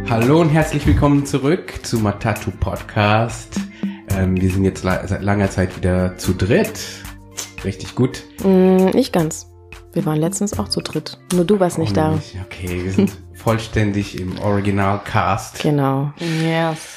Hallo und herzlich willkommen zurück zu Matatu Podcast. Wir sind jetzt seit langer Zeit wieder zu dritt. Richtig gut. Nicht ganz. Wir waren letztens auch zu dritt. Nur du warst nicht da. Okay, wir sind vollständig im Original-Cast. Genau. Yes.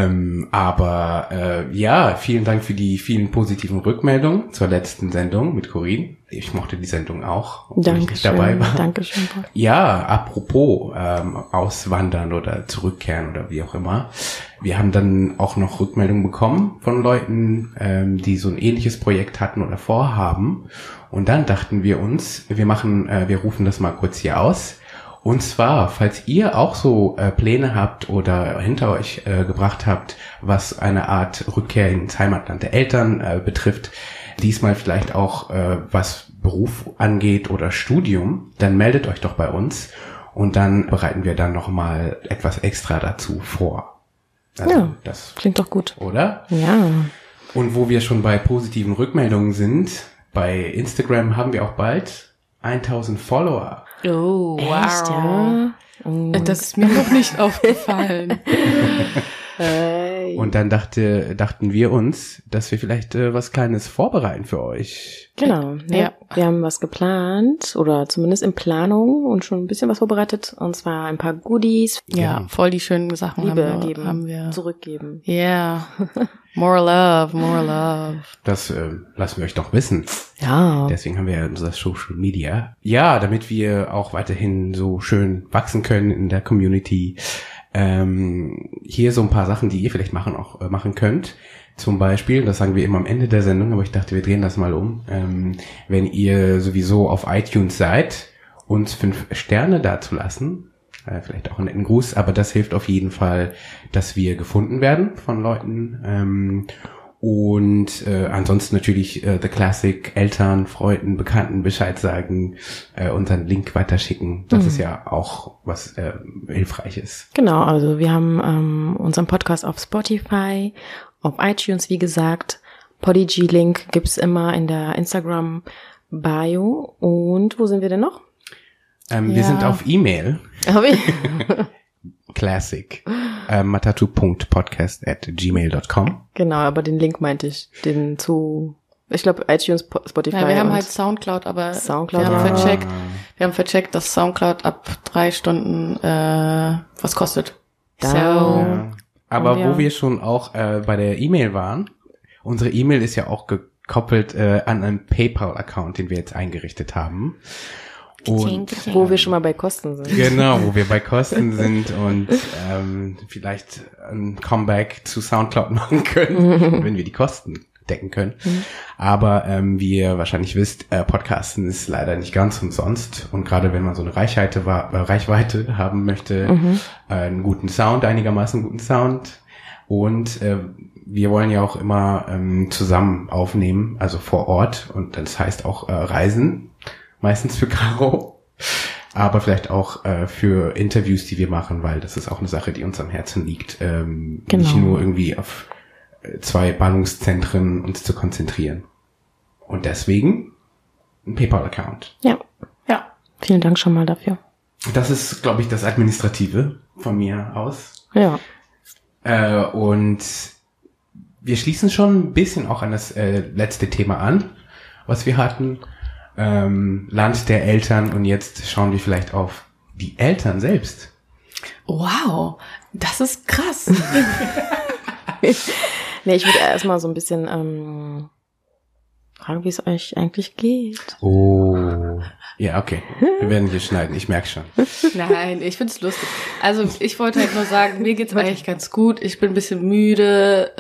Aber vielen Dank für die vielen positiven Rückmeldungen zur letzten Sendung mit Corinne. Ich mochte die Sendung auch, obwohl ich nicht dabei war. Dankeschön. Ja, apropos auswandern oder zurückkehren oder wie auch immer. Wir haben dann auch noch Rückmeldungen bekommen von Leuten, die so ein ähnliches Projekt hatten oder vorhaben. Und dann dachten wir uns, wir rufen das mal kurz hier aus. Und zwar, falls ihr auch so Pläne habt oder hinter euch gebracht habt, was eine Art Rückkehr ins Heimatland der Eltern betrifft, diesmal vielleicht auch was Beruf angeht oder Studium, dann meldet euch doch bei uns und dann bereiten wir dann nochmal etwas extra dazu vor. Also, ja, das klingt doch gut. Oder? Ja. Und wo wir schon bei positiven Rückmeldungen sind, bei Instagram haben wir auch bald 1000 Follower. Oh, wow. Echt, ja? Das ist mir noch nicht aufgefallen. Und dann dachten wir uns, dass wir vielleicht was Kleines vorbereiten für euch. Genau. Ja. Wir haben was geplant oder zumindest in Planung und schon ein bisschen was vorbereitet. Und zwar ein paar Goodies. Ja, voll die schönen Sachen Liebe haben wir. Zurückgeben. Yeah. More love, more love. Das lassen wir euch doch wissen. Ja. Deswegen haben wir ja unser Social Media. Ja, damit wir auch weiterhin so schön wachsen können in der Community. Hier so ein paar Sachen, die ihr vielleicht machen könnt. Zum Beispiel, das sagen wir immer am Ende der Sendung, aber ich dachte, wir drehen das mal um. Wenn ihr sowieso auf iTunes seid, uns 5 Sterne dazulassen. Vielleicht auch einen netten Gruß, aber das hilft auf jeden Fall, dass wir gefunden werden von Leuten. Und ansonsten natürlich The Classic, Eltern, Freunden, Bekannten Bescheid sagen, unseren Link weiterschicken. Das ist ja auch was Hilfreiches. Genau, also wir haben unseren Podcast auf Spotify, auf iTunes, wie gesagt. Podigy-Link gibt's immer in der Instagram-Bio. Und wo sind wir denn noch? Wir sind auf E-Mail. Classic. matatu.podcast@gmail.com. Genau, aber den Link meinte ich. Ich glaube, iTunes, Spotify. Ja, wir haben halt Soundcloud, aber Soundcloud, wir haben vercheckt, dass Soundcloud ab 3 Stunden was kostet. Ja. Aber wo wir schon auch bei der E-Mail waren, unsere E-Mail ist ja auch gekoppelt an einen PayPal-Account, den wir jetzt eingerichtet haben. Und wo wir schon mal bei Kosten sind. Genau, wo wir bei Kosten sind und vielleicht ein Comeback zu Soundcloud machen können, wenn wir die Kosten decken können. Aber wie ihr wahrscheinlich wisst, Podcasten ist leider nicht ganz umsonst. Und gerade wenn man so eine Reichweite haben möchte, einen guten Sound, einigermaßen guten Sound. Und wir wollen ja auch immer zusammen aufnehmen, also vor Ort. Und das heißt auch Reisen. Meistens für Caro, aber vielleicht auch für Interviews, die wir machen, weil das ist auch eine Sache, die uns am Herzen liegt. Nicht nur irgendwie auf 2 Ballungszentren uns zu konzentrieren. Und deswegen ein PayPal-Account. Ja. Vielen Dank schon mal dafür. Das ist, glaube ich, das Administrative von mir aus. Ja. Und wir schließen schon ein bisschen auch an das letzte Thema an, was wir hatten. Land der Eltern, und jetzt schauen wir vielleicht auf die Eltern selbst. Wow, das ist krass. Nee, ich würde erstmal so ein bisschen fragen, wie es euch eigentlich geht. Oh, ja, okay. Wir werden hier schneiden, ich merke schon. Nein, ich find's lustig. Also ich wollte halt nur sagen, mir geht's eigentlich ganz gut. Ich bin ein bisschen müde.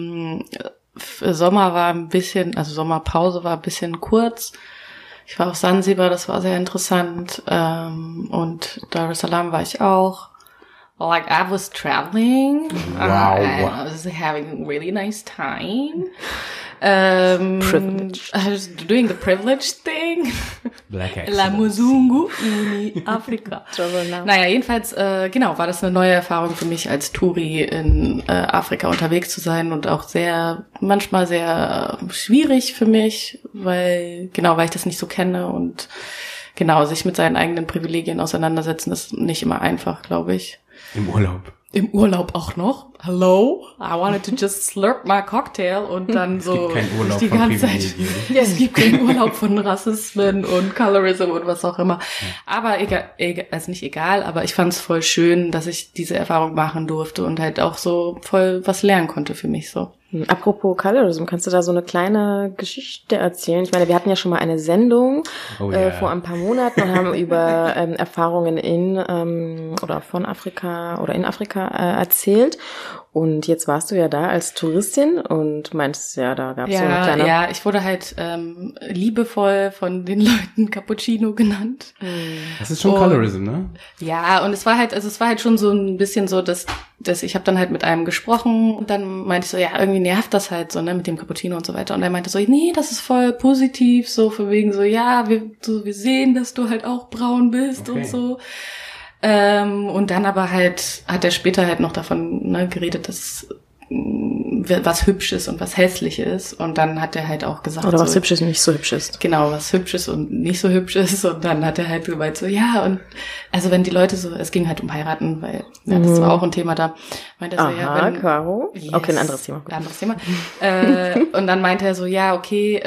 Sommerpause war ein bisschen kurz. Ich war auf Sansibar, das war sehr interessant. Und Dar es Salaam war ich auch. Like, I was traveling. Wow. I was having a really nice time. Privilege. I was doing the privilege thing. Black La Excellence. Muzungu in Afrika. Naja, jedenfalls, war das eine neue Erfahrung für mich als Touri in Afrika unterwegs zu sein und auch manchmal sehr schwierig für mich, weil ich das nicht so kenne und sich mit seinen eigenen Privilegien auseinandersetzen ist nicht immer einfach, glaube ich. Im Urlaub. Im Urlaub auch noch. Hello? I wanted to just slurp my cocktail und dann so Es gibt keinen Urlaub die von ganze Zeit. Privilegien. Ja, es gibt keinen Urlaub von Rassismen und Colorism und was auch immer. Aber egal, also nicht egal, aber ich fand es voll schön, dass ich diese Erfahrung machen durfte und halt auch so voll was lernen konnte für mich so. Apropos Colorism, kannst du da so eine kleine Geschichte erzählen? Ich meine, wir hatten ja schon mal eine Sendung vor ein paar Monaten und haben über Erfahrungen in oder von Afrika oder in Afrika erzählt. Und jetzt warst du ja da als Touristin und meinst, ja, da gab es so eine kleine... Ja, ich wurde halt liebevoll von den Leuten Cappuccino genannt. Das ist schon Colorism, ne? Ja, und es war halt schon so ein bisschen so, dass ich habe dann halt mit einem gesprochen und dann meinte ich so, ja, irgendwie nervt das halt so, ne, mit dem Cappuccino und so weiter. Und er meinte so, nee, das ist voll positiv, so von wegen so, ja, wir sehen, dass du halt auch braun bist und so. Und dann aber halt hat er später halt noch davon geredet, dass was hübsch ist und was hässlich ist. Und dann hat er halt auch gesagt... Oder was hübsch ist und nicht so hübsch ist. Genau, was hübsch ist und nicht so hübsch ist. Und dann hat er halt gemeint so, ja, und also wenn die Leute so... Es ging halt um Heiraten, weil das war auch ein Thema da. Meinte er so, ja, Caro. Yes, okay, ein anderes Thema. Ein anderes Thema. Und dann meinte er so, ja, okay,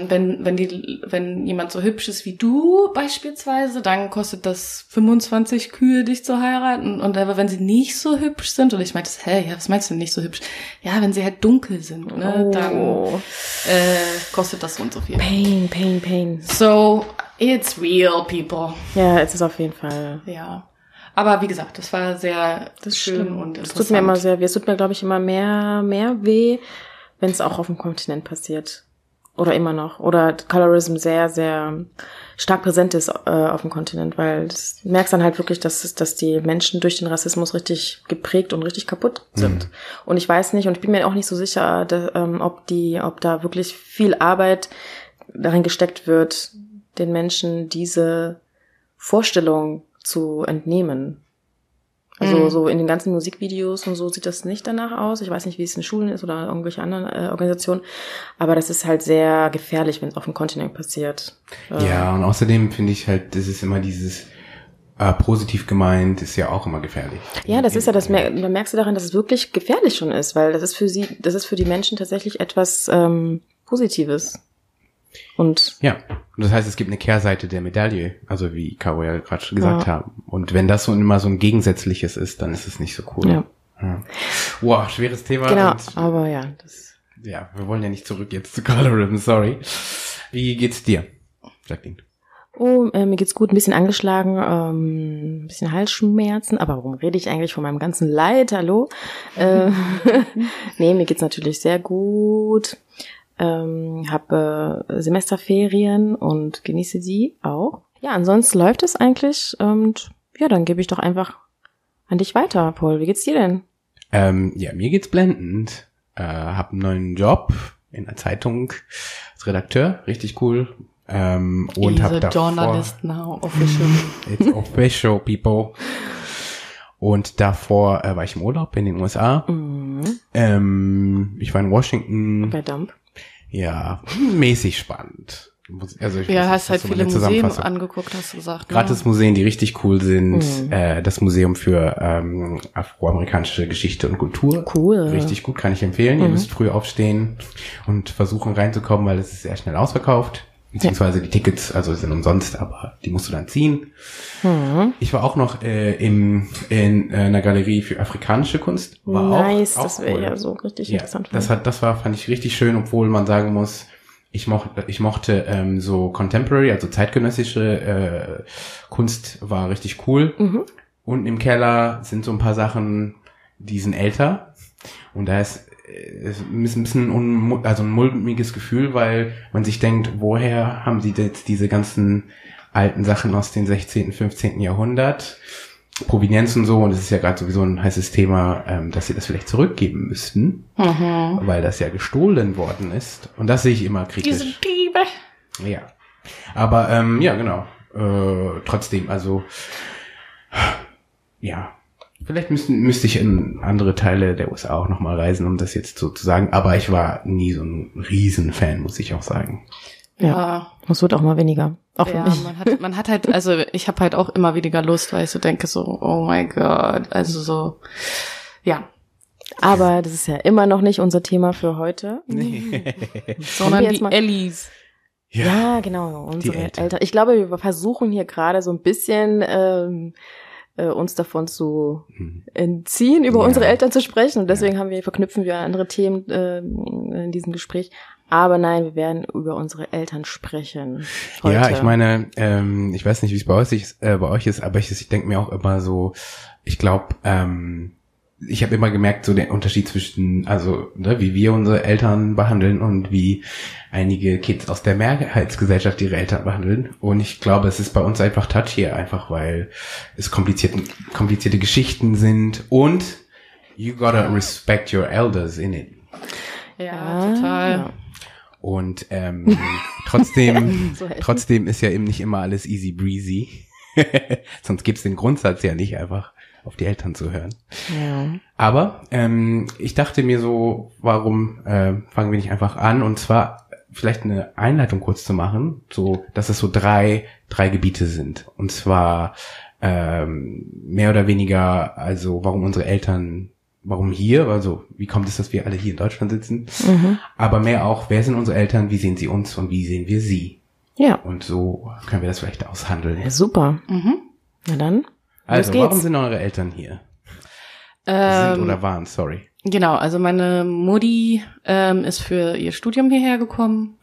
wenn jemand so hübsch ist wie du beispielsweise, dann kostet das 25 Kühe, dich zu heiraten. Und aber wenn sie nicht so hübsch sind, und ich meinte, ja, was meinst du denn nicht so hübsch? Ja, wenn sie halt dunkel sind, ne, dann kostet das so und so viel. Pain. So, it's real, people. Ja, es ist auf jeden Fall. Ja. Aber wie gesagt, das war sehr schön und interessant. Es tut mir immer sehr weh. Es tut mir, glaube ich, immer mehr weh, wenn es auch auf dem Kontinent passiert. Oder immer noch. Oder Colorism sehr, sehr stark präsent ist auf dem Kontinent, weil du merkst dann halt wirklich, dass die Menschen durch den Rassismus richtig geprägt und richtig kaputt sind. Und ich weiß nicht, und ich bin mir auch nicht so sicher, ob da wirklich viel Arbeit darin gesteckt wird, den Menschen diese Vorstellung zu entnehmen. Also so in den ganzen Musikvideos und so sieht das nicht danach aus. Ich weiß nicht, wie es in Schulen ist oder irgendwelche anderen Organisationen. Aber das ist halt sehr gefährlich, wenn es auf dem Kontinent passiert. Ja, und außerdem finde ich halt, das ist immer dieses positiv gemeint, ist ja auch immer gefährlich. Ja, das ist ja da merkst du daran, dass es wirklich gefährlich schon ist, weil das ist für die Menschen tatsächlich etwas Positives. Und ja, und das heißt, es gibt eine Kehrseite der Medaille, also wie Caro ja gerade schon gesagt haben. Und wenn das so immer so ein Gegensätzliches ist, dann ist es nicht so cool. Ja. Wow, schweres Thema. Genau, aber ja. Ja, wir wollen ja nicht zurück jetzt zu Colorism, sorry. Wie geht's dir, Jacqueline? Oh, mir geht's gut, ein bisschen angeschlagen, ein bisschen Halsschmerzen, aber warum rede ich eigentlich von meinem ganzen Leid, hallo? Nee, mir geht's natürlich sehr gut. Habe Semesterferien und genieße sie auch. Ja, ansonsten läuft es eigentlich und ja, dann gebe ich doch einfach an dich weiter, Paul. Wie geht's dir denn? Ja, mir geht's blendend. Hab einen neuen Job in der Zeitung als Redakteur, richtig cool. Und hab davor... Journalist now, official. It's official, people. Und davor war ich im Urlaub in den USA. Ich war in Washington. Bei Dump. Ja, mäßig spannend. Also hast halt viele Museen angeguckt, hast du gesagt. Gratis Museen, die richtig cool sind. Das Museum für afroamerikanische Geschichte und Kultur. Cool. Richtig gut, kann ich empfehlen. Ihr müsst früh aufstehen und versuchen reinzukommen, weil es ist sehr schnell ausverkauft. Beziehungsweise die Tickets, also sind umsonst, aber die musst du dann ziehen. Ich war auch noch in einer Galerie für afrikanische Kunst. War nice, auch das wäre cool. ja so richtig interessant. Fand ich richtig schön, obwohl man sagen muss, ich mochte so contemporary, also zeitgenössische Kunst war richtig cool. Unten im Keller sind so ein paar Sachen, die sind älter. Und da ist ein bisschen ein mulmiges Gefühl, weil man sich denkt, woher haben sie jetzt diese ganzen alten Sachen aus dem 16., 15. Jahrhundert, Provenienz und so, und es ist ja gerade sowieso ein heißes Thema, dass sie das vielleicht zurückgeben müssten, weil das ja gestohlen worden ist. Und das sehe ich immer kritisch. Diese Diebe. Ja. Aber, ja, genau. Trotzdem, also, ja. Vielleicht müsste ich in andere Teile der USA auch nochmal reisen, um das jetzt so zu sagen. Aber ich war nie so ein Riesenfan, muss ich auch sagen. Ja. Es wird auch mal weniger. Auch für mich. Man hat halt, also ich habe halt auch immer weniger Lust, weil ich so denke so, oh my God, also so, ja. Aber das ist ja immer noch nicht unser Thema für heute. Nee. Sondern die Ellis. Ja, genau, unsere Eltern. Ich glaube, wir versuchen hier gerade so ein bisschen uns davon zu entziehen, über unsere Eltern zu sprechen. Und deswegen verknüpfen wir andere Themen in diesem Gespräch. Aber nein, wir werden über unsere Eltern sprechen heute. Ja, ich meine, ich weiß nicht, wie es bei euch ist, aber ich denke mir auch immer so, ich glaube, ich habe immer gemerkt, so den Unterschied zwischen, also wie wir unsere Eltern behandeln und wie einige Kids aus der Mehrheitsgesellschaft ihre Eltern behandeln. Und ich glaube, es ist bei uns einfach touchy, einfach weil es komplizierte Geschichten sind und you gotta respect your elders in it. Ja, total. Ja. Und trotzdem ist ja eben nicht immer alles easy breezy. Sonst gibt's den Grundsatz ja nicht, einfach auf die Eltern zu hören. Ja. Aber ich dachte mir so, warum fangen wir nicht einfach an? Und zwar vielleicht eine Einleitung kurz zu machen, so dass es so drei Gebiete sind. Und zwar mehr oder weniger, also warum hier, also wie kommt es, dass wir alle hier in Deutschland sitzen, aber mehr auch, wer sind unsere Eltern, wie sehen sie uns und wie sehen wir sie? Ja. Und so können wir das vielleicht aushandeln. Ja, super. Na dann. Also, warum sind eure Eltern hier? Sind oder waren, sorry. Genau, also meine Mutti ist für ihr Studium hierher gekommen,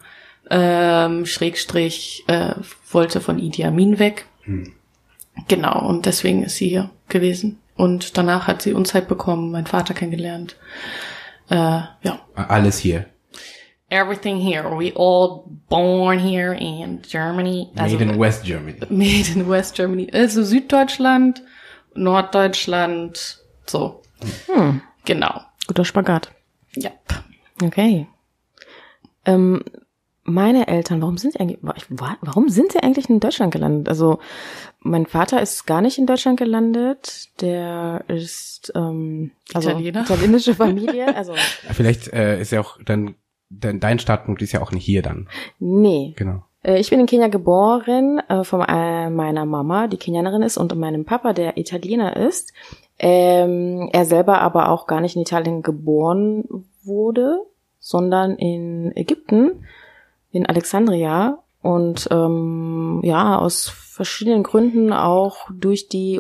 wollte von Idi Amin weg. Genau, und deswegen ist sie hier gewesen. Und danach hat sie uns halt bekommen, meinen Vater kennengelernt. Ja. Alles hier. Everything here. We all born here in Germany. Also, made in West Germany. Made in West Germany. Also Süddeutschland, Norddeutschland, so. Genau. Guter Spagat. Ja. Okay. Meine Eltern, warum sind sie eigentlich in Deutschland gelandet? Also mein Vater ist gar nicht in Deutschland gelandet. Der ist Italiener. Italienische Familie. Also vielleicht ist ja auch dann dein Startpunkt ist ja auch nicht hier dann. Nee. Genau. Ich bin in Kenia geboren von meiner Mama, die Kenianerin ist, und meinem Papa, der Italiener ist. Er selber aber auch gar nicht in Italien geboren wurde, sondern in Ägypten, in Alexandria. Und aus verschiedenen Gründen, auch durch die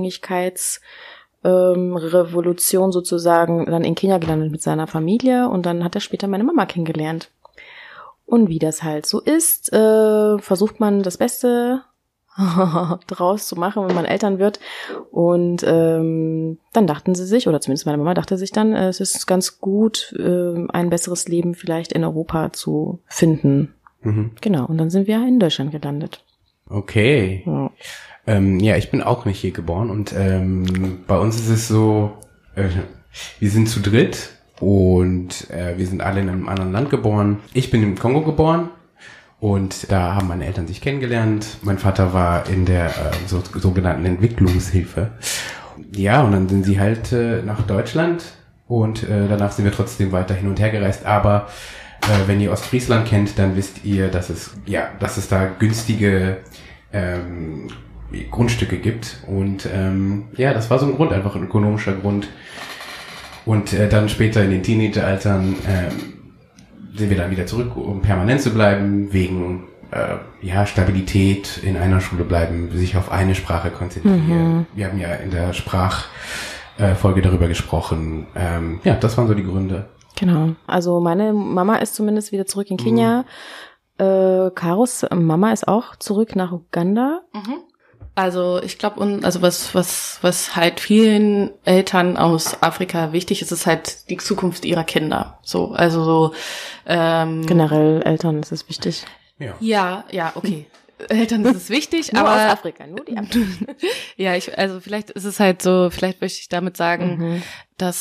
Unabhängigkeitsrevolution sozusagen, dann in Kenia gelandet mit seiner Familie. Und dann hat er später meine Mama kennengelernt. Und wie das halt so ist, versucht man das Beste draus zu machen, wenn man Eltern wird. Und dann dachten sie sich, oder zumindest meine Mama dachte sich dann, es ist ganz gut, ein besseres Leben vielleicht in Europa zu finden. Genau, und dann sind wir in Deutschland gelandet. Okay. Ja, ich bin auch nicht hier geboren und bei uns ist es so, wir sind zu dritt und wir sind alle in einem anderen Land geboren. Ich bin im Kongo geboren und da haben meine Eltern sich kennengelernt. Mein Vater war in der sogenannten Entwicklungshilfe. Ja, und dann sind sie halt nach Deutschland und danach sind wir trotzdem weiter hin und her gereist, aber wenn ihr Ostfriesland kennt, dann wisst ihr, dass es da günstige Grundstücke gibt. Und das war so ein Grund, einfach ein ökonomischer Grund. Und dann später in den Teenageraltern sind wir dann wieder zurück, um permanent zu bleiben, wegen Stabilität, in einer Schule bleiben, sich auf eine Sprache konzentrieren. Wir haben ja in der Sprachfolge darüber gesprochen. Das waren so die Gründe. Genau. Also meine Mama ist zumindest wieder zurück in Kenia. Karos Mama ist auch zurück nach Uganda. Also ich glaube, was halt vielen Eltern aus Afrika wichtig ist, ist halt die Zukunft ihrer Kinder. So, also so generell Eltern ist es wichtig. Ja, okay. Eltern ist es wichtig, nur aber aus Afrika, nur die Afrika. Ja, vielleicht ist es halt so, vielleicht möchte ich damit sagen, dass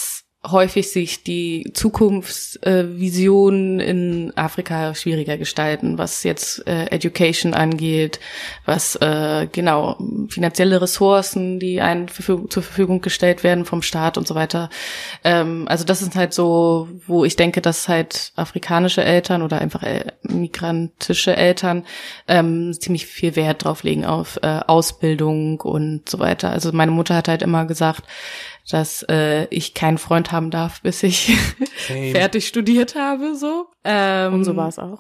häufig sich die Zukunftsvisionen in Afrika schwieriger gestalten, was jetzt Education angeht, was finanzielle Ressourcen, die einen zur Verfügung gestellt werden vom Staat und so weiter. Also das ist halt so, wo ich denke, dass halt afrikanische Eltern oder einfach migrantische Eltern ziemlich viel Wert drauf legen auf Ausbildung und so weiter. Also meine Mutter hat halt immer gesagt, dass ich keinen Freund haben darf, bis ich fertig studiert habe, so. Und so war es auch.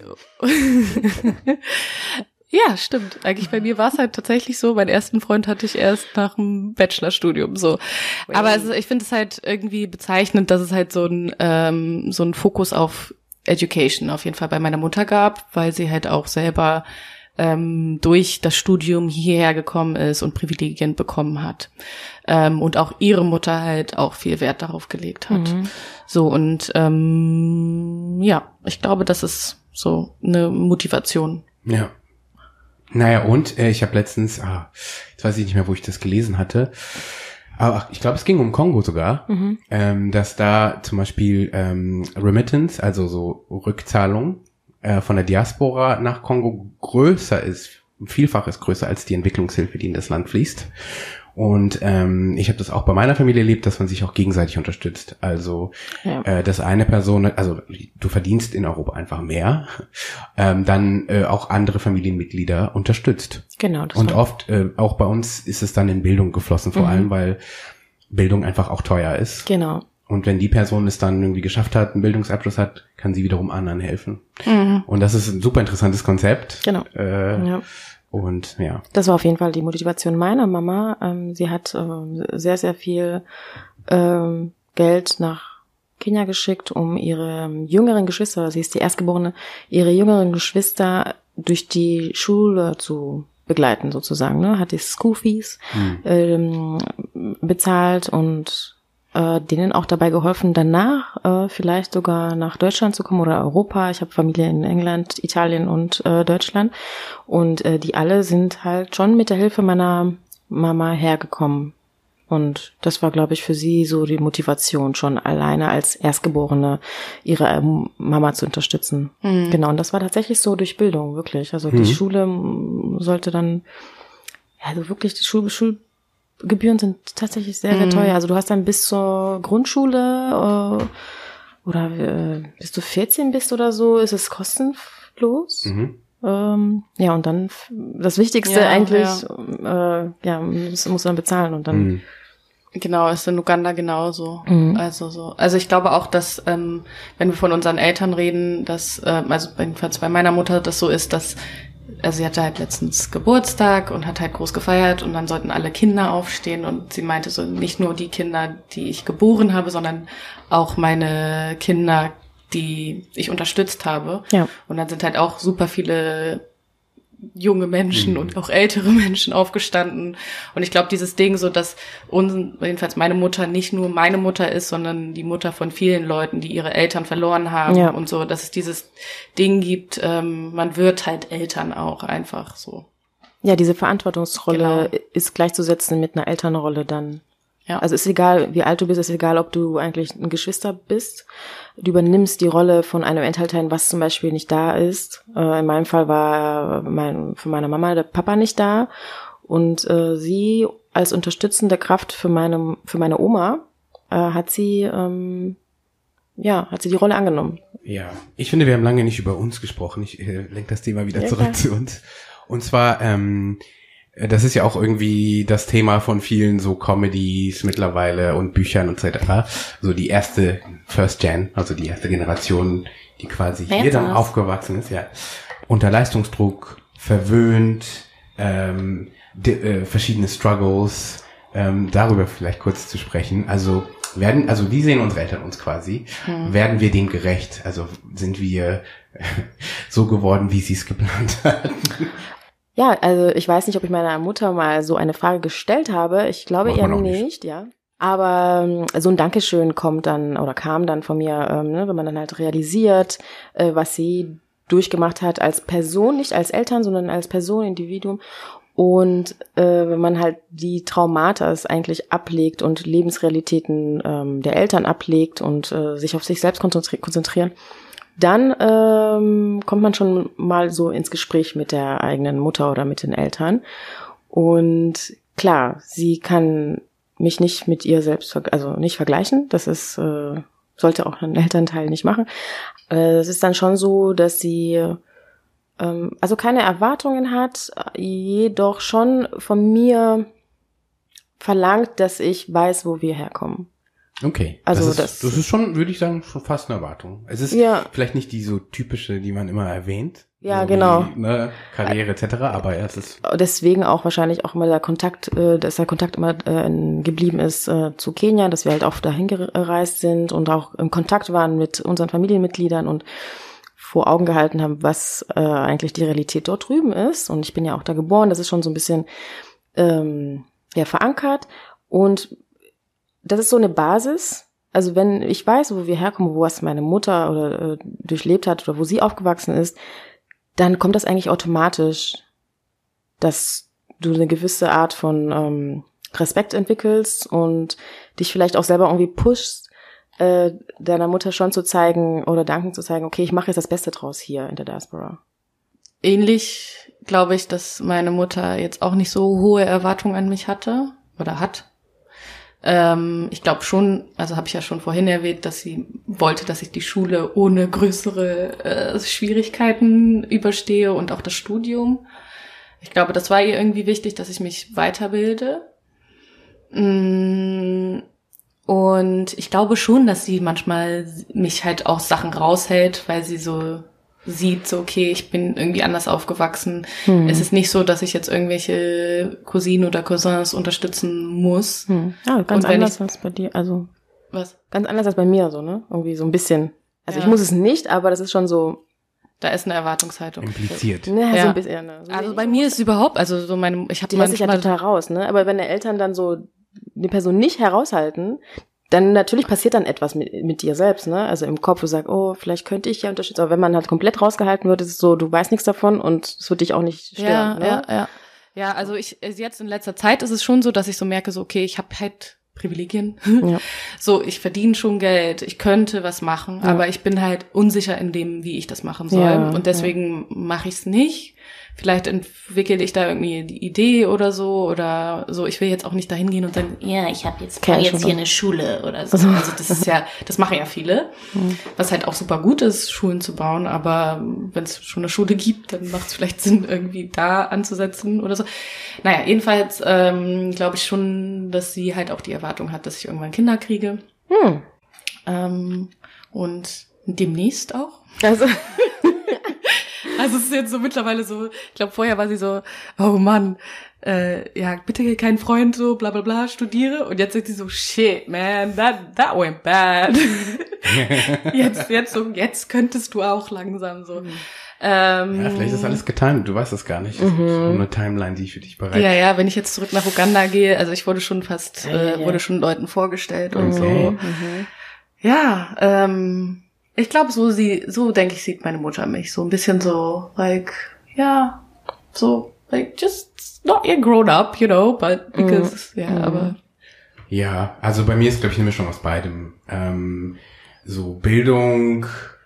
Ja, stimmt. Eigentlich bei mir war es halt tatsächlich so. Meinen ersten Freund hatte ich erst nach dem Bachelorstudium, so. Aber ich finde es halt irgendwie bezeichnend, dass es halt so ein Fokus auf Education auf jeden Fall bei meiner Mutter gab, weil sie halt auch selber durch das Studium hierher gekommen ist und Privilegien bekommen hat. Und auch ihre Mutter halt auch viel Wert darauf gelegt hat. Mhm. So, und ich glaube, das ist so eine Motivation. Ja. Naja, und ich habe letztens, jetzt weiß ich nicht mehr, wo ich das gelesen hatte, aber ich glaube, es ging um Kongo sogar, dass da zum Beispiel Remittance, also so Rückzahlung, von der Diaspora nach Kongo größer ist, vielfaches größer als die Entwicklungshilfe, die in das Land fließt. Und ich habe das auch bei meiner Familie erlebt, dass man sich auch gegenseitig unterstützt. Also dass eine Person, also du verdienst in Europa einfach mehr, dann auch andere Familienmitglieder unterstützt. Genau. Das und oft, auch bei uns ist es dann in Bildung geflossen, vor allem, weil Bildung einfach auch teuer ist. Genau. Und wenn die Person es dann irgendwie geschafft hat, einen Bildungsabschluss hat, kann sie wiederum anderen helfen. Mhm. Und das ist ein super interessantes Konzept. Genau. Und ja. Das war auf jeden Fall die Motivation meiner Mama. Sie hat sehr, sehr viel Geld nach Kenia geschickt, um ihre jüngeren Geschwister, sie ist die Erstgeborene, ihre jüngeren Geschwister durch die Schule zu begleiten sozusagen. Ne? Hat die School Fees bezahlt und denen auch dabei geholfen, danach vielleicht sogar nach Deutschland zu kommen oder Europa. Ich habe Familie in England, Italien und Deutschland. Und die alle sind halt schon mit der Hilfe meiner Mama hergekommen. Und das war, glaube ich, für sie so die Motivation, schon alleine als Erstgeborene ihre Mama zu unterstützen. Mhm. Genau, und das war tatsächlich so durch Bildung, wirklich. Also die Schule sollte dann, also wirklich die Schulgebühren sind tatsächlich sehr, sehr teuer. Also du hast dann bis zur Grundschule oder bis du 14 bist oder so, ist es kostenlos. Mhm. Und dann das Wichtigste eigentlich, muss man bezahlen und dann. Genau, ist in Uganda genauso. Mhm. Also ich glaube auch, dass wenn wir von unseren Eltern reden, dass jedenfalls bei meiner Mutter das so ist, dass sie hatte halt letztens Geburtstag und hat halt groß gefeiert und dann sollten alle Kinder aufstehen und sie meinte so, nicht nur die Kinder, die ich geboren habe, sondern auch meine Kinder, die ich unterstützt habe. Ja. Und dann sind halt auch super viele junge Menschen und auch ältere Menschen aufgestanden. Und ich glaube, dieses Ding so, dass jedenfalls meine Mutter nicht nur meine Mutter ist, sondern die Mutter von vielen Leuten, die ihre Eltern verloren haben und so, dass es dieses Ding gibt, man wird halt Eltern auch einfach so. Ja, diese Verantwortungsrolle ist gleichzusetzen mit einer Elternrolle dann. Ja. Also ist egal, wie alt du bist, ist egal, ob du eigentlich ein Geschwister bist. Du übernimmst die Rolle von einem Elternteil, was zum Beispiel nicht da ist. In meinem Fall war für meine Mama der Papa nicht da. Und sie als unterstützende Kraft für meine Oma hat sie die Rolle angenommen. Ja, ich finde, wir haben lange nicht über uns gesprochen. Ich lenke das Thema wieder zurück zu uns. Und zwar das ist ja auch irgendwie das Thema von vielen so Comedies mittlerweile und Büchern und so weiter. So die erste First Gen, also die erste Generation, die quasi hier dann aufgewachsen ist, ja. Unter Leistungsdruck, verwöhnt, verschiedene Struggles, darüber vielleicht kurz zu sprechen. Also wie sehen unsere Eltern uns quasi? Werden wir dem gerecht? Also sind wir so geworden, wie sie es geplant hatten? Ja, also ich weiß nicht, ob ich meiner Mutter mal so eine Frage gestellt habe. Ich glaube eher nicht, ja. Aber so ein Dankeschön kam dann von mir, wenn man dann halt realisiert, was sie durchgemacht hat als Person, nicht als Eltern, sondern als Person, Individuum. Und wenn man halt die Traumata eigentlich ablegt und Lebensrealitäten der Eltern ablegt und sich auf sich selbst konzentrieren, dann kommt man schon mal so ins Gespräch mit der eigenen Mutter oder mit den Eltern. Und klar, sie kann mich nicht mit ihr selbst, also nicht vergleichen. Das ist sollte auch ein Elternteil nicht machen. Es ist dann schon so, dass sie also keine Erwartungen hat, jedoch schon von mir verlangt, dass ich weiß, wo wir herkommen. Okay, also das ist schon, würde ich sagen, schon fast eine Erwartung. Es ist vielleicht nicht die so typische, die man immer erwähnt. Ja, so genau. Wie, ne, Karriere etc., aber es ist... Deswegen auch wahrscheinlich auch immer der Kontakt, dass der Kontakt immer geblieben ist zu Kenia, dass wir halt auch dahin gereist sind und auch im Kontakt waren mit unseren Familienmitgliedern und vor Augen gehalten haben, was eigentlich die Realität dort drüben ist. Und ich bin ja auch da geboren, das ist schon so ein bisschen verankert. Und das ist so eine Basis. Also wenn ich weiß, wo wir herkommen, wo was meine Mutter oder durchlebt hat oder wo sie aufgewachsen ist, dann kommt das eigentlich automatisch, dass du eine gewisse Art von Respekt entwickelst und dich vielleicht auch selber irgendwie pushst, deiner Mutter schon zu zeigen oder danken zu zeigen, okay, ich mache jetzt das Beste draus hier in der Diaspora. Ähnlich glaube ich, dass meine Mutter jetzt auch nicht so hohe Erwartungen an mich hatte oder hat. Ich glaube schon, also habe ich ja schon vorhin erwähnt, dass sie wollte, dass ich die Schule ohne größere Schwierigkeiten überstehe und auch das Studium. Ich glaube, das war ihr irgendwie wichtig, dass ich mich weiterbilde. Und ich glaube schon, dass sie manchmal mich halt auch Sachen raushält, weil sie so sieht, so okay, ich bin irgendwie anders aufgewachsen. Es ist nicht so, dass ich jetzt irgendwelche Cousinen oder Cousins unterstützen muss. Ja, ganz anders als bei dir. Also was? Ganz anders als bei mir, so, ne? Irgendwie so ein bisschen. Also ich muss es nicht, aber das ist schon so. Da ist eine Erwartungshaltung. Impliziert. Ne, so ein bisschen. Ne? So also bei mir ist es überhaupt, also so meine, ich habe die lasse ich ja total raus, ne? Aber wenn die Eltern dann so die Person nicht heraushalten, dann natürlich passiert dann etwas mit dir selbst, ne? Also im Kopf, du sagst, oh, vielleicht könnte ich ja unterstützen. Aber wenn man halt komplett rausgehalten wird, ist es so, du weißt nichts davon und es wird dich auch nicht stören. Ne? Ja, also jetzt in letzter Zeit ist es schon so, dass ich so merke, so okay, ich habe halt Privilegien. Ja. So, ich verdiene schon Geld, ich könnte was machen, aber ich bin halt unsicher in dem, wie ich das machen soll. Ja, und deswegen mache ich es nicht. Vielleicht entwickle ich da irgendwie die Idee oder so. Ich will jetzt auch nicht dahin gehen und sagen, ja, ich habe jetzt hier eine Schule oder so. Also das ist ja, das machen ja viele, was halt auch super gut ist, Schulen zu bauen. Aber wenn es schon eine Schule gibt, dann macht es vielleicht Sinn, irgendwie da anzusetzen oder so. Naja, jedenfalls glaube ich schon, dass sie halt auch die Erwartung hat, dass ich irgendwann Kinder kriege. Und demnächst auch. Also es ist jetzt so mittlerweile so, ich glaube vorher war sie so, oh Mann, ja, bitte kein Freund, so bla bla bla, studiere. Und jetzt sagt sie so, shit, man, that went bad. jetzt könntest du auch langsam so. Ja, vielleicht ist alles getimt, du weißt das gar nicht. Das ist so eine Timeline, die ich für dich bereit. Ja, wenn ich jetzt zurück nach Uganda gehe, also ich wurde schon wurde schon Leuten vorgestellt und so. Ja, ich glaube, so denke ich, sieht meine Mutter mich. So ein bisschen so, like, just not yet grown up, you know, but because, aber. Ja, also bei mir ist, glaube ich, eine Mischung aus beidem. So Bildung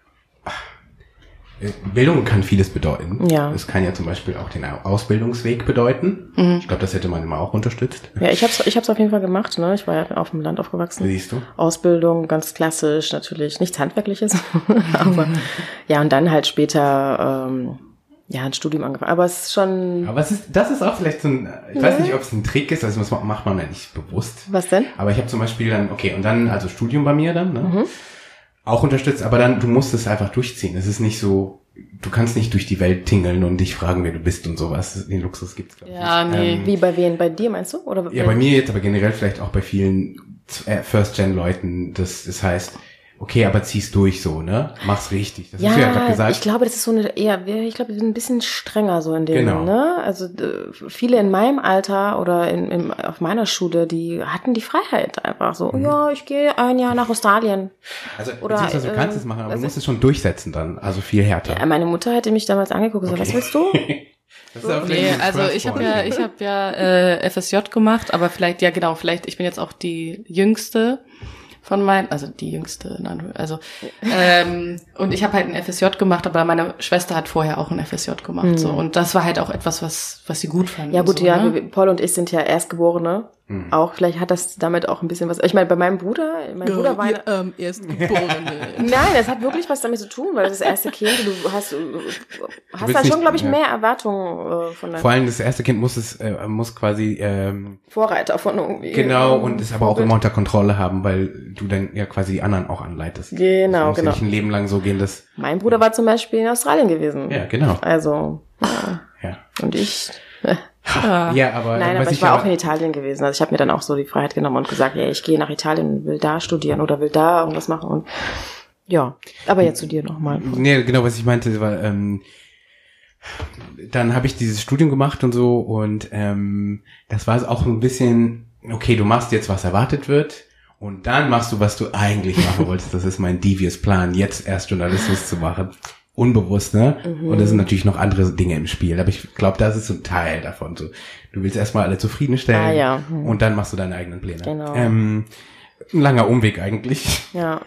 kann vieles bedeuten. Ja. Es kann ja zum Beispiel auch den Ausbildungsweg bedeuten. Ich glaube, das hätte man immer auch unterstützt. Ja, ich hab's auf jeden Fall gemacht, ne? Ich war ja auf dem Land aufgewachsen. Siehst du? Ausbildung, ganz klassisch, natürlich nichts Handwerkliches. Aber ja, und dann halt später ein Studium angefangen. Aber es ist schon. Aber das ist auch vielleicht so ein, ich weiß nicht, ob es ein Trick ist, also das macht man ja nicht bewusst. Was denn? Aber ich habe zum Beispiel dann, also Studium bei mir dann, ne? Auch unterstützt, aber dann, du musst es einfach durchziehen. Es ist nicht so, du kannst nicht durch die Welt tingeln und dich fragen, wer du bist und sowas. Den Luxus gibt's, glaube ich. Ja, nee. Wie bei wen? Bei dir meinst du? Oder ja, bei mir jetzt, aber generell vielleicht auch bei vielen First-Gen-Leuten. Das heißt, okay, aber zieh's durch so, ne? Mach's richtig. Das hast du ja gerade gesagt. Ich glaube, das ist so ich glaube, wir sind ein bisschen strenger so in dem, ne? Also viele in meinem Alter oder auf meiner Schule, die hatten die Freiheit einfach so, ja, ich gehe ein Jahr nach Australien. Also, beziehungsweise du kannst es machen, aber du musst es schon durchsetzen dann, also viel härter. Ja, meine Mutter hätte mich damals angeguckt und gesagt, was willst du? Nee, also ich habe ja FSJ gemacht, aber vielleicht, ich bin jetzt auch die Jüngste von meinen, also die Jüngste, und ich habe halt ein FSJ gemacht, aber meine Schwester hat vorher auch ein FSJ gemacht, so, und das war halt auch etwas, was sie gut fanden. Ja gut, so, ja, ne? Paul und ich sind ja Erstgeborene. Auch, vielleicht hat das damit auch ein bisschen was, ich meine, bei meinem Bruder war Erstgeborene. Nein, das hat wirklich was damit zu tun, weil das erste Kind, du hast da schon, glaube ich, mehr Erwartungen von deinem. Vor allem das erste Kind muss quasi Vorreiter von irgendwie. Genau, und es aber auch immer unter Kontrolle haben, weil du dann ja quasi die anderen auch anleitest. Genau, das muss nicht ein Leben lang so gehen, dass... Mein Bruder war zum Beispiel in Australien gewesen. Ja, genau. Also, ja. Und ich... Ja, aber... Nein, aber ich war auch in Italien gewesen. Also ich habe mir dann auch so die Freiheit genommen und gesagt, ja, ich gehe nach Italien, will da studieren oder will da irgendwas machen. Und ja, aber jetzt zu dir nochmal. Nee, genau, was ich meinte, war, dann habe ich dieses Studium gemacht und so, und das war auch ein bisschen, okay, du machst jetzt, was erwartet wird, und dann machst du, was du eigentlich machen wolltest. Das ist mein devious Plan, jetzt erst Journalismus zu machen. Unbewusst, ne? Und es sind natürlich noch andere Dinge im Spiel. Aber ich glaube, das ist so ein Teil davon. So, du willst erstmal alle zufriedenstellen und dann machst du deine eigenen Pläne. Genau. Ein langer Umweg eigentlich. Ja.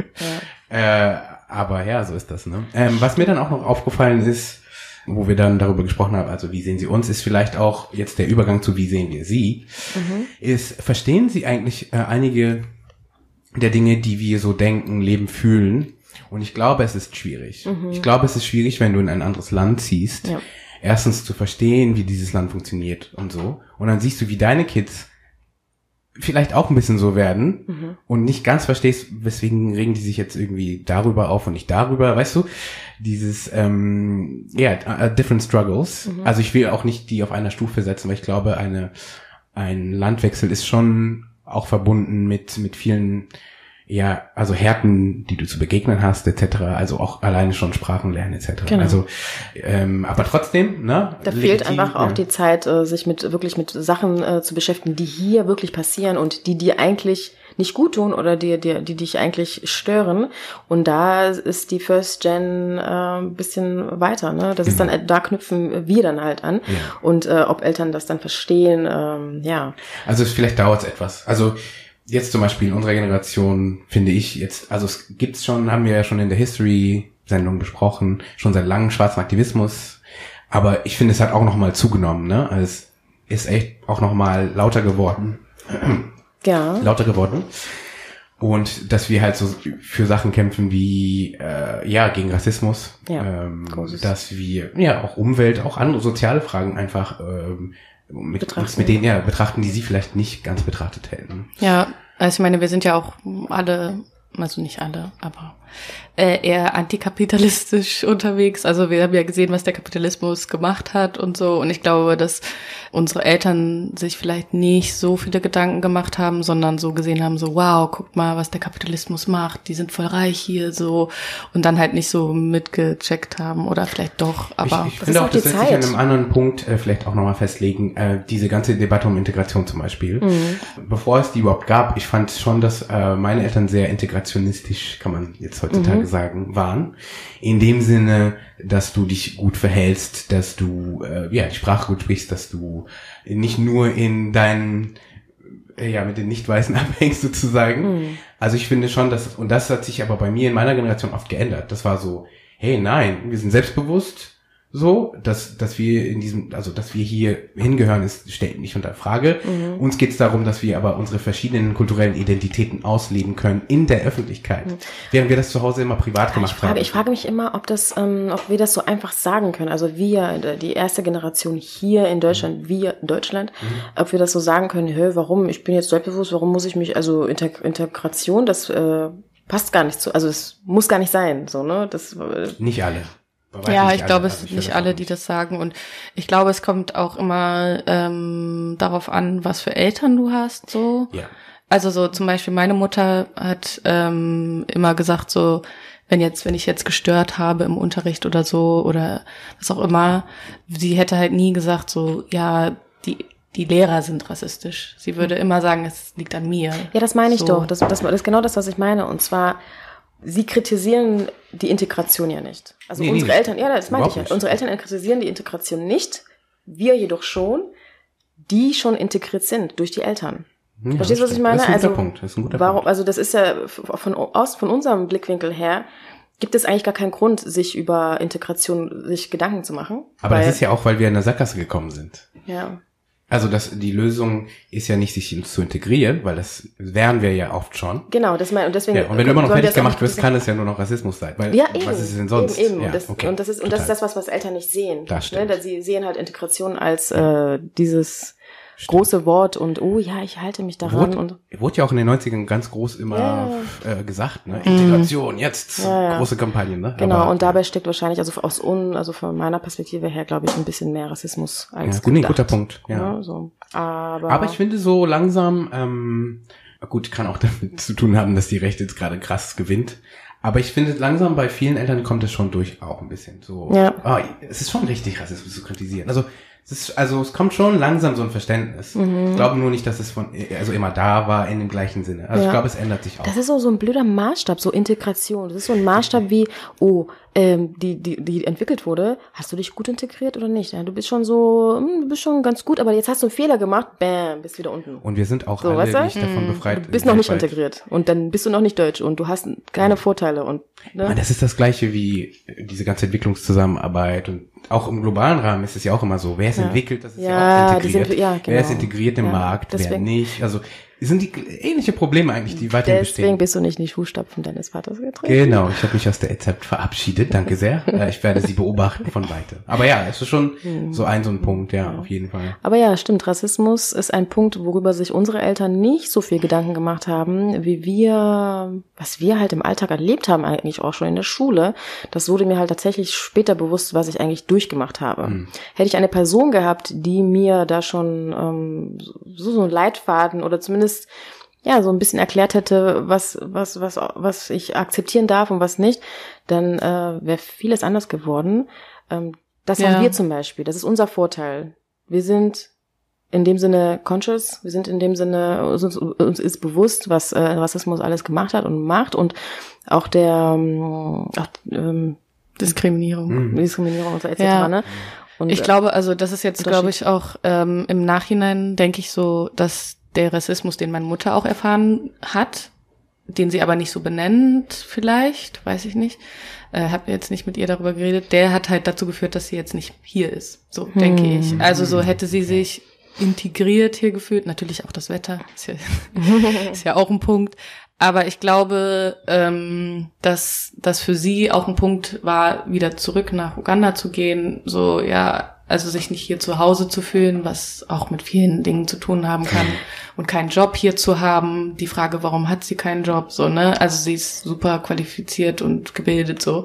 Aber ja, so ist das, ne? Was mir dann auch noch aufgefallen ist, wo wir dann darüber gesprochen haben, also wie sehen Sie uns, ist vielleicht auch jetzt der Übergang zu wie sehen wir Sie, ist, verstehen Sie eigentlich einige der Dinge, die wir so denken, leben, fühlen? Und ich glaube, es ist schwierig. Ich glaube, es ist schwierig, wenn du in ein anderes Land ziehst, erstens zu verstehen, wie dieses Land funktioniert und so. Und dann siehst du, wie deine Kids vielleicht auch ein bisschen so werden und nicht ganz verstehst, weswegen regen die sich jetzt irgendwie darüber auf und nicht darüber, weißt du? Dieses, different struggles. Also ich will auch nicht die auf einer Stufe setzen, weil ich glaube, ein Landwechsel ist schon auch verbunden mit vielen, also Härten, die du zu begegnen hast, etc., also auch alleine schon Sprachen lernen, etc. Genau. Also, aber trotzdem, ne? Da fehlt einfach auch die Zeit, sich wirklich mit Sachen zu beschäftigen, die hier wirklich passieren und die dir eigentlich nicht gut tun oder die dich eigentlich stören. Und da ist die First Gen ein bisschen weiter, ne? Das ist dann, da knüpfen wir dann halt an. Ja. Und ob Eltern das dann verstehen, Also vielleicht dauert es etwas. Also jetzt zum Beispiel in unserer Generation finde ich jetzt, also es gibt's schon, haben wir ja schon in der History-Sendung besprochen, schon seit langem schwarzen Aktivismus, aber ich finde, es hat auch nochmal zugenommen, ne? Also es ist echt auch nochmal lauter geworden. Ja. Lauter geworden. Und dass wir halt so für Sachen kämpfen wie, gegen Rassismus, dass wir, auch Umwelt, auch andere soziale Fragen einfach, mit denen betrachten, die sie vielleicht nicht ganz betrachtet hätten. Ja, also ich meine, wir sind ja auch alle, also nicht alle, aber eher antikapitalistisch unterwegs. Also wir haben ja gesehen, was der Kapitalismus gemacht hat und so. Und ich glaube, dass unsere Eltern sich vielleicht nicht so viele Gedanken gemacht haben, sondern so gesehen haben, so wow, guck mal, was der Kapitalismus macht. Die sind voll reich hier, so. Und dann halt nicht so mitgecheckt haben oder vielleicht doch. Aber ich finde auch, das lässt sich an einem anderen Punkt vielleicht auch nochmal festlegen. Diese ganze Debatte um Integration zum Beispiel. Bevor es die überhaupt gab, ich fand schon, dass meine Eltern sehr integrationistisch, kann man jetzt heutzutage sagen, waren. In dem Sinne, dass du dich gut verhältst, dass du die Sprache gut sprichst, dass du nicht nur in deinen mit den Nicht-Weißen abhängst sozusagen. Also ich finde schon, und das hat sich aber bei mir in meiner Generation oft geändert. Das war so, hey, nein, wir sind selbstbewusst, so, dass wir dass wir hier hingehören, stellt nicht unter Frage. Uns geht es darum, dass wir aber unsere verschiedenen kulturellen Identitäten ausleben können in der Öffentlichkeit, während wir das zu Hause immer privat gemacht haben. Ich frage mich immer, ob wir das so einfach sagen können. Also wir, die erste Generation hier in Deutschland, ob wir das so sagen können, warum, ich bin jetzt selbstbewusst, warum muss ich mich, also Integration, das passt gar nicht zu, also es muss gar nicht sein, so, ne? Das nicht alle. Ja, ich glaube, es sind nicht alle, die das sagen. Und ich glaube, es kommt auch immer darauf an, was für Eltern du hast. So. Ja. Also so zum Beispiel meine Mutter hat immer gesagt, so wenn ich jetzt gestört habe im Unterricht oder so oder was auch immer, sie hätte halt nie gesagt, so ja, die Lehrer sind rassistisch. Sie würde immer sagen, es liegt an mir. Ja, das meine ich doch. Das ist genau das, was ich meine. Und zwar, sie kritisieren die Integration ja nicht. Also unsere Eltern, das meinte ich ja. Unsere Eltern kritisieren die Integration nicht. Wir jedoch schon, die schon integriert sind durch die Eltern. Ja, verstehst du, was ich meine? Das ist ein guter Punkt. Das ist ein guter Punkt. Also das ist ja von unserem Blickwinkel her, gibt es eigentlich gar keinen Grund, sich über Integration sich Gedanken zu machen. Aber das ist ja auch, weil wir in der Sackgasse gekommen sind. Ja. Also die Lösung ist ja nicht, sich zu integrieren, weil das wären wir ja oft schon. Genau, und deswegen. Ja, und wenn du immer noch fertig gemacht wirst, kann es ja nur noch Rassismus sein. Weil, ja, eben. Was ist es denn sonst? Eben. Ja, das ist das, was Eltern nicht sehen. Das stimmt. Ne? Sie sehen halt Integration als dieses große Wort und ich halte mich daran. Wurde ja auch in den 90ern ganz groß immer gesagt, ne? Integration, jetzt große Kampagnen, ne? Genau, aber, und dabei steckt wahrscheinlich, also von meiner Perspektive her, glaube ich, ein bisschen mehr Rassismus als gedacht. Guter Punkt, ja. Ja, so. Aber ich finde so langsam, gut, kann auch damit zu tun haben, dass die Rechte jetzt gerade krass gewinnt. Aber ich finde, langsam bei vielen Eltern kommt es schon durch auch ein bisschen so. Ja. Es ist schon richtig, Rassismus zu kritisieren. Es kommt schon langsam so ein Verständnis. Ich glaube nur nicht, dass es immer da war in dem gleichen Sinne. Also ich glaube, es ändert sich auch. Das ist so ein blöder Maßstab, so Integration. Das ist so ein Maßstab wie, die entwickelt wurde, hast du dich gut integriert oder nicht? Ja, du bist schon ganz gut, aber jetzt hast du einen Fehler gemacht, bam, bist wieder unten. Und wir sind auch alle nicht davon befreit. Du bist noch nicht integriert und dann bist du noch nicht deutsch und du hast keine Vorteile und ne? Das ist das Gleiche wie diese ganze Entwicklungszusammenarbeit und auch im globalen Rahmen ist es ja auch immer so, wer ist entwickelt, das ist ja auch integriert. Genau. Wer ist integriert im Markt, wer nicht. Also es sind die ähnliche Probleme eigentlich, die weiterhin bestehen. Deswegen bist du nicht in die Fußstapfen deines Vaters getreten. Genau, ich habe mich aus der EZ verabschiedet, danke sehr. Ich werde sie beobachten von weitem. Aber ja, es ist schon so ein Punkt, auf jeden Fall. Aber ja, stimmt, Rassismus ist ein Punkt, worüber sich unsere Eltern nicht so viel Gedanken gemacht haben, was wir halt im Alltag erlebt haben, eigentlich auch schon in der Schule. Das wurde mir halt tatsächlich später bewusst, was ich eigentlich durchgemacht habe. Hätte ich eine Person gehabt, die mir da schon so einen Leitfaden oder zumindest so ein bisschen erklärt hätte, was ich akzeptieren darf und was nicht, dann wäre vieles anders geworden. Das haben wir zum Beispiel. Das ist unser Vorteil. Wir sind in dem Sinne conscious. Wir sind in dem Sinne, uns ist bewusst, was Rassismus alles gemacht hat und macht und auch Diskriminierung und so etc. Ne? Und ich glaube, also das ist jetzt, glaube ich, auch im Nachhinein denke ich so, dass der Rassismus, den meine Mutter auch erfahren hat, den sie aber nicht so benennt vielleicht, weiß ich nicht, habe jetzt nicht mit ihr darüber geredet, der hat halt dazu geführt, dass sie jetzt nicht hier ist, so denke ich. Also so hätte sie sich integriert hier gefühlt, natürlich auch das Wetter, ist ja auch ein Punkt, aber ich glaube, dass das für sie auch ein Punkt war, wieder zurück nach Uganda zu gehen, so also sich nicht hier zu Hause zu fühlen, was auch mit vielen Dingen zu tun haben kann und keinen Job hier zu haben. Die Frage, warum hat sie keinen Job, so, ne? Also sie ist super qualifiziert und gebildet, so.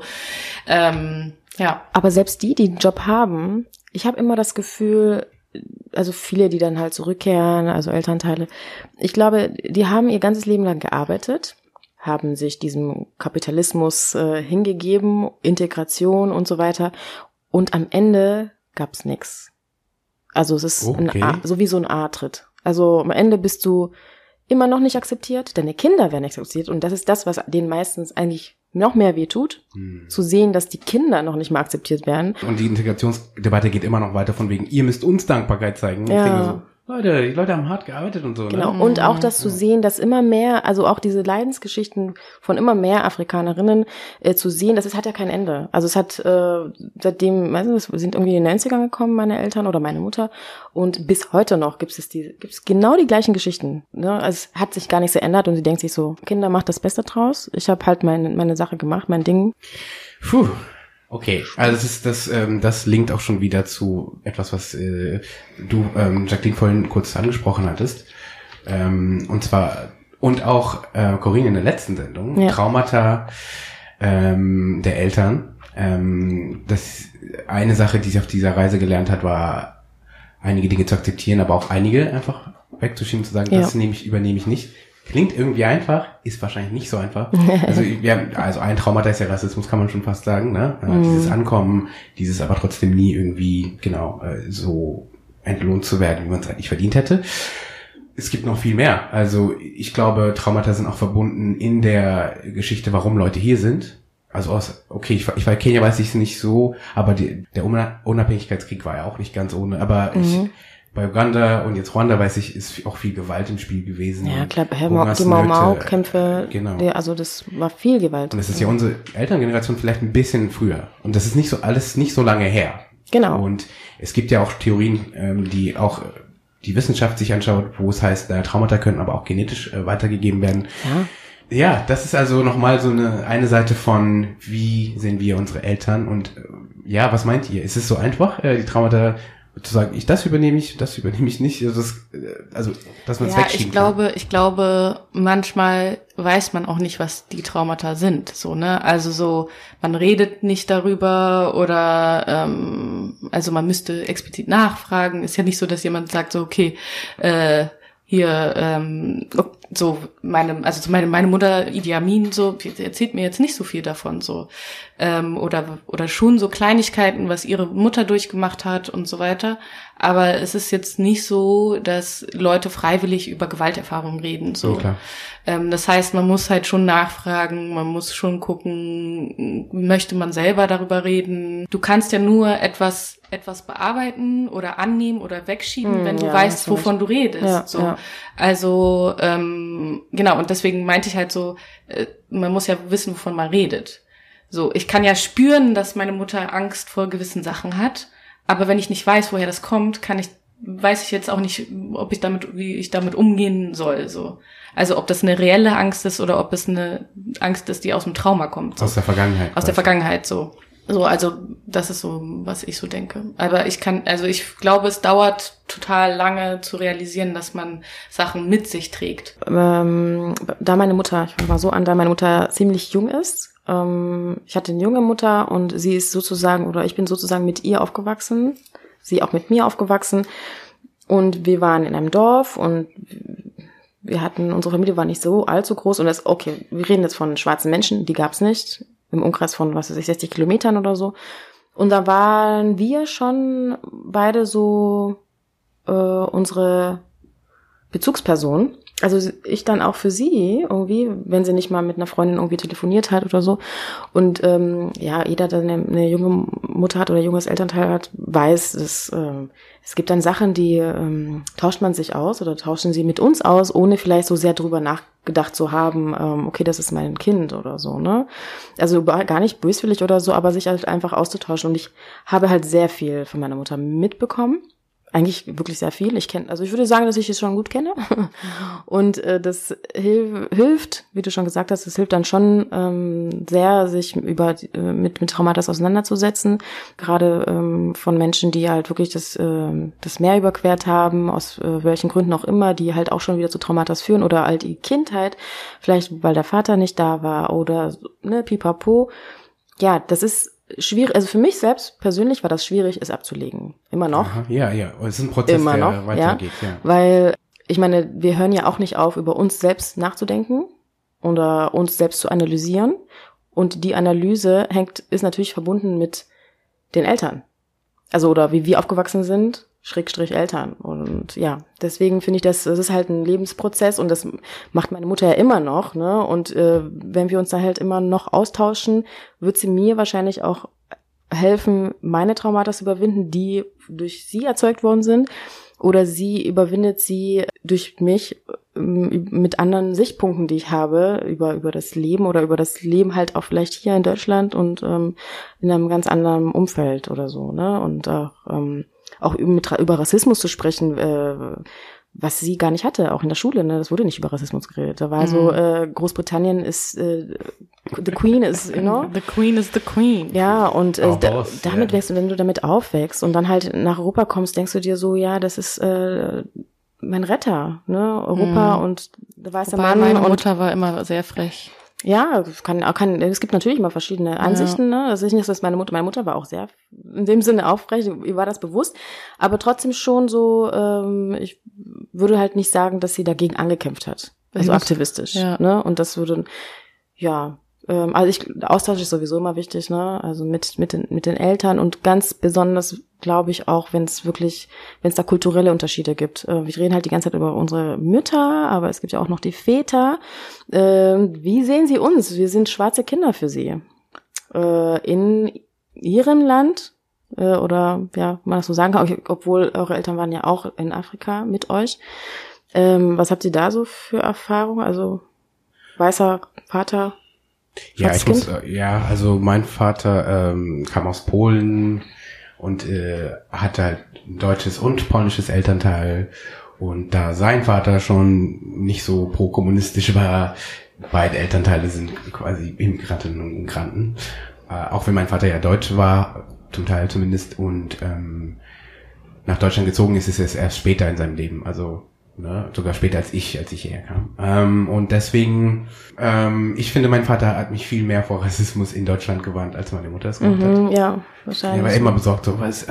Aber selbst die einen Job haben, ich habe immer das Gefühl, also viele, die dann halt zurückkehren, also Elternteile, ich glaube, die haben ihr ganzes Leben lang gearbeitet, haben sich diesem Kapitalismus hingegeben, Integration und so weiter und am Ende gab's nix. Also es ist so wie so ein A-Tritt. Also am Ende bist du immer noch nicht akzeptiert, deine Kinder werden nicht akzeptiert und das ist das, was denen meistens eigentlich noch mehr wehtut, zu sehen, dass die Kinder noch nicht mal akzeptiert werden. Und die Integrationsdebatte geht immer noch weiter von wegen, ihr müsst uns Dankbarkeit zeigen. Ja. Ich denke so, Leute, die Leute haben hart gearbeitet und so. Genau, ne? und auch das zu sehen, dass immer mehr, also auch diese Leidensgeschichten von immer mehr Afrikanerinnen zu sehen, das hat ja kein Ende. Also es hat seitdem, wir sind irgendwie in den 90ern gekommen, meine Eltern oder meine Mutter, und bis heute noch gibt's genau die gleichen Geschichten. Ne? Also es hat sich gar nichts geändert und sie denkt sich so, Kinder, macht das Beste draus. Ich habe halt meine Sache gemacht, mein Ding. Puh. Okay, also das linkt auch schon wieder zu etwas, was du, Jacqueline, vorhin kurz angesprochen hattest. Und zwar, und auch Corinne in der letzten Sendung, Traumata der Eltern. Das eine Sache, die sie auf dieser Reise gelernt hat, war, einige Dinge zu akzeptieren, aber auch einige einfach wegzuschieben, zu sagen, das übernehme ich nicht. Klingt irgendwie einfach, ist wahrscheinlich nicht so einfach. Also ein Traumata ist ja Rassismus, kann man schon fast sagen, ne? Dieses Ankommen, dieses aber trotzdem nie irgendwie, so entlohnt zu werden, wie man es eigentlich verdient hätte. Es gibt noch viel mehr. Also ich glaube, Traumata sind auch verbunden in der Geschichte, warum Leute hier sind. also ich war in Kenia, weiß ich es nicht so, aber der Unabhängigkeitskrieg war ja auch nicht ganz ohne, aber bei Uganda und jetzt Ruanda, weiß ich, ist auch viel Gewalt im Spiel gewesen. Ja, klar, die Mau-Mau-Kämpfe, genau. Also das war viel Gewalt. Und das ist ja unsere Elterngeneration vielleicht ein bisschen früher. Und das ist nicht so lange her. Genau. Und es gibt ja auch Theorien, die auch die Wissenschaft sich anschaut, wo es heißt, Traumata können aber auch genetisch weitergegeben werden. Ja. Ja, das ist also nochmal so eine Seite von, wie sehen wir unsere Eltern und ja, was meint ihr? Ist es so einfach, die Traumata zu sagen, das übernehme ich nicht, also dass man es wegschieben kann. Ich glaube, manchmal weiß man auch nicht, was die Traumata sind, so, ne? Also so, man redet nicht darüber oder also man müsste explizit nachfragen. Ist ja nicht so, dass jemand sagt so, okay, so meine Mutter Idi Amin so erzählt mir jetzt nicht so viel davon so oder schon so Kleinigkeiten, was ihre Mutter durchgemacht hat und so weiter, aber es ist jetzt nicht so, dass Leute freiwillig über Gewalterfahrungen reden so. Ja, das heißt, man muss halt schon nachfragen, man muss schon gucken, möchte man selber darüber reden. Du kannst ja nur etwas bearbeiten oder annehmen oder wegschieben, wenn du weißt, wovon du redest. Ja, so. Ja. Also, genau, und deswegen meinte ich halt so, man muss ja wissen, wovon man redet. So, ich kann ja spüren, dass meine Mutter Angst vor gewissen Sachen hat, aber wenn ich nicht weiß, woher das kommt, weiß ich jetzt auch nicht, wie ich damit umgehen soll, so. Also, ob das eine reelle Angst ist oder ob es eine Angst ist, die aus dem Trauma kommt. So. Aus der Vergangenheit. Aus der Vergangenheit, so. So, also, das ist so, was ich so denke. Aber ich glaube, es dauert total lange zu realisieren, dass man Sachen mit sich trägt. Da meine Mutter ziemlich jung ist, ich hatte eine junge Mutter und sie ist sozusagen, oder ich bin sozusagen mit ihr aufgewachsen, sie auch mit mir aufgewachsen und wir waren in einem Dorf und unsere Familie war nicht so allzu groß und wir reden jetzt von schwarzen Menschen, die gab's nicht, im Umkreis von, 60 Kilometern oder so. Und da waren wir schon beide so unsere Bezugsperson. Also ich dann auch für sie irgendwie, wenn sie nicht mal mit einer Freundin irgendwie telefoniert hat oder so. Und jeder, der eine junge Mutter hat oder ein junges Elternteil hat, weiß, dass es gibt dann Sachen, die tauscht man sich aus oder tauschen sie mit uns aus, ohne vielleicht so sehr drüber nachgedacht zu haben, okay, das ist mein Kind oder so, ne? Also gar nicht böswillig oder so, aber sich halt einfach auszutauschen. Und ich habe halt sehr viel von meiner Mutter mitbekommen. Eigentlich wirklich sehr viel. Ich würde sagen, dass ich es schon gut kenne. Und das hilft, wie du schon gesagt hast, das hilft dann schon sehr, sich mit Traumata auseinanderzusetzen. Gerade von Menschen, die halt wirklich das Meer überquert haben, aus welchen Gründen auch immer, die halt auch schon wieder zu Traumata führen oder halt die Kindheit, vielleicht weil der Vater nicht da war oder ne, pipapo. Ja, das ist schwierig, also für mich selbst persönlich war das schwierig, es abzulegen. Immer noch. Aha, ja. Es ist ein Prozess, immer der noch, weitergeht. Ja. Weil, ich meine, wir hören ja auch nicht auf, über uns selbst nachzudenken oder uns selbst zu analysieren. Und die Analyse ist natürlich verbunden mit den Eltern. Also, oder wie wir aufgewachsen sind, / Eltern. Und ja, deswegen finde ich, das ist halt ein Lebensprozess und das macht meine Mutter ja immer noch, ne? Und wenn wir uns da halt immer noch austauschen, wird sie mir wahrscheinlich auch helfen, meine Traumata zu überwinden, die durch sie erzeugt worden sind. Oder sie überwindet sie durch mich mit anderen Sichtpunkten, die ich habe, über das Leben oder über das Leben halt auch vielleicht hier in Deutschland und in einem ganz anderen Umfeld oder so, ne? Und auch über Rassismus zu sprechen, was sie gar nicht hatte, auch in der Schule, ne? Das wurde nicht über Rassismus geredet. Da war so, Großbritannien ist the Queen is, you know? The Queen is the Queen. Ja, und damit wächst du, wenn du damit aufwächst und dann halt nach Europa kommst, denkst du dir so, ja, das ist mein Retter, ne? Europa und der weiße Mann. Meine Mutter war immer sehr frech. Ja, es gibt natürlich immer verschiedene Ansichten, ne? Das ist nicht, dass meine Mutter war auch sehr, in dem Sinne aufrecht, ihr war das bewusst, aber trotzdem schon so, ich würde halt nicht sagen, dass sie dagegen angekämpft hat. Also aktivistisch, ne? Und das würde, also Austausch ist sowieso immer wichtig, ne? Also mit den Eltern und ganz besonders, glaube ich, auch, wenn es da kulturelle Unterschiede gibt. Wir reden halt die ganze Zeit über unsere Mütter, aber es gibt ja auch noch die Väter. Wie sehen sie uns? Wir sind schwarze Kinder für sie. in ihrem Land, oder ja, man das so sagen kann, obwohl eure Eltern waren ja auch in Afrika mit euch. Was habt ihr da so für Erfahrungen? Also weißer Vater? Also mein Vater kam aus Polen und hatte halt ein deutsches und polnisches Elternteil. Und da sein Vater schon nicht so pro-kommunistisch war, beide Elternteile sind quasi Immigrantinnen und Immigranten. Auch wenn mein Vater ja Deutsch war, zum Teil zumindest, und nach Deutschland gezogen ist es erst später in seinem Leben. Also sogar später als ich hierher kam. Und deswegen, ich finde, mein Vater hat mich viel mehr vor Rassismus in Deutschland gewarnt, als meine Mutter es gemacht hat. Ja, wahrscheinlich. Er war immer besorgt, so was,